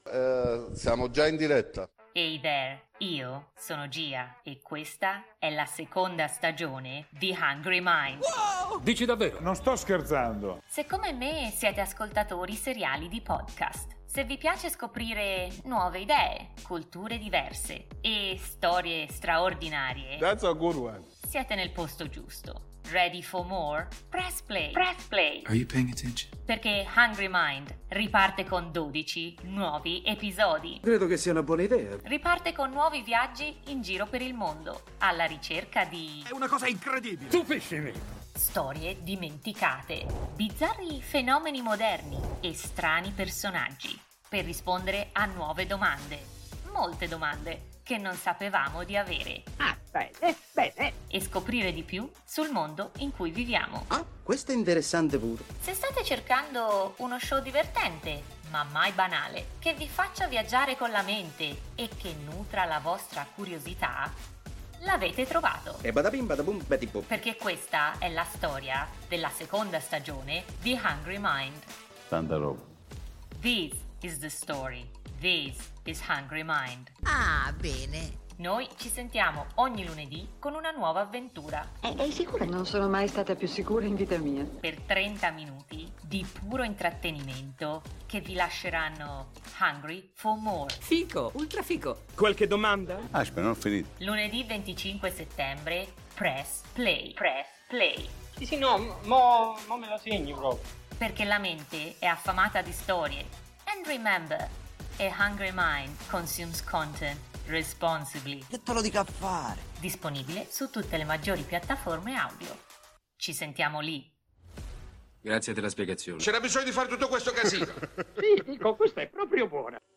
Siamo già in diretta. Hey there, io sono Gia e questa è la seconda stagione di Hungry Mind. Wow! Dici davvero? Non sto scherzando. Se come me siete ascoltatori seriali di podcast, se vi piace scoprire nuove idee, culture diverse e storie straordinarie, That's a good one. siete nel posto giusto. Ready for more? Press play. Press play. Are you paying attention? Perché Hungry Mind riparte con 12 nuovi episodi. Credo che sia una buona idea. Riparte con nuovi viaggi in giro per il mondo, alla ricerca di È una cosa incredibile! Stupiscimi! storie dimenticate, bizzarri fenomeni moderni e strani personaggi, per rispondere a nuove domande, molte domande che non sapevamo di avere. Bene. E scoprire di più sul mondo in cui viviamo. Ah, questo è interessante pure. Se state cercando uno show divertente, ma mai banale, che vi faccia viaggiare con la mente e che nutra la vostra curiosità, l'avete trovato. E badabim badabum badibum. Perché questa è la storia della seconda stagione di Hungry Mind. Tanta roba. This is the story. This is Hungry Mind. Ah, bene. Noi ci sentiamo ogni lunedì con una nuova avventura. È sicura? Non sono mai stata più sicura in vita mia. Per 30 minuti di puro intrattenimento che vi lasceranno hungry for more. Fico, ultra fico. Qualche domanda? Aspetta, non ho finito. Lunedì 25 settembre, press play. Press play. Sì, no, mo me lo segni proprio. Perché la mente è affamata di storie. And remember, a hungry mind consumes content responsibly. Che te lo dico a fare? Disponibile su tutte le maggiori piattaforme audio. Ci sentiamo lì. Grazie della spiegazione. C'era bisogno di fare tutto questo casino. Sì, dico, questa è proprio buona.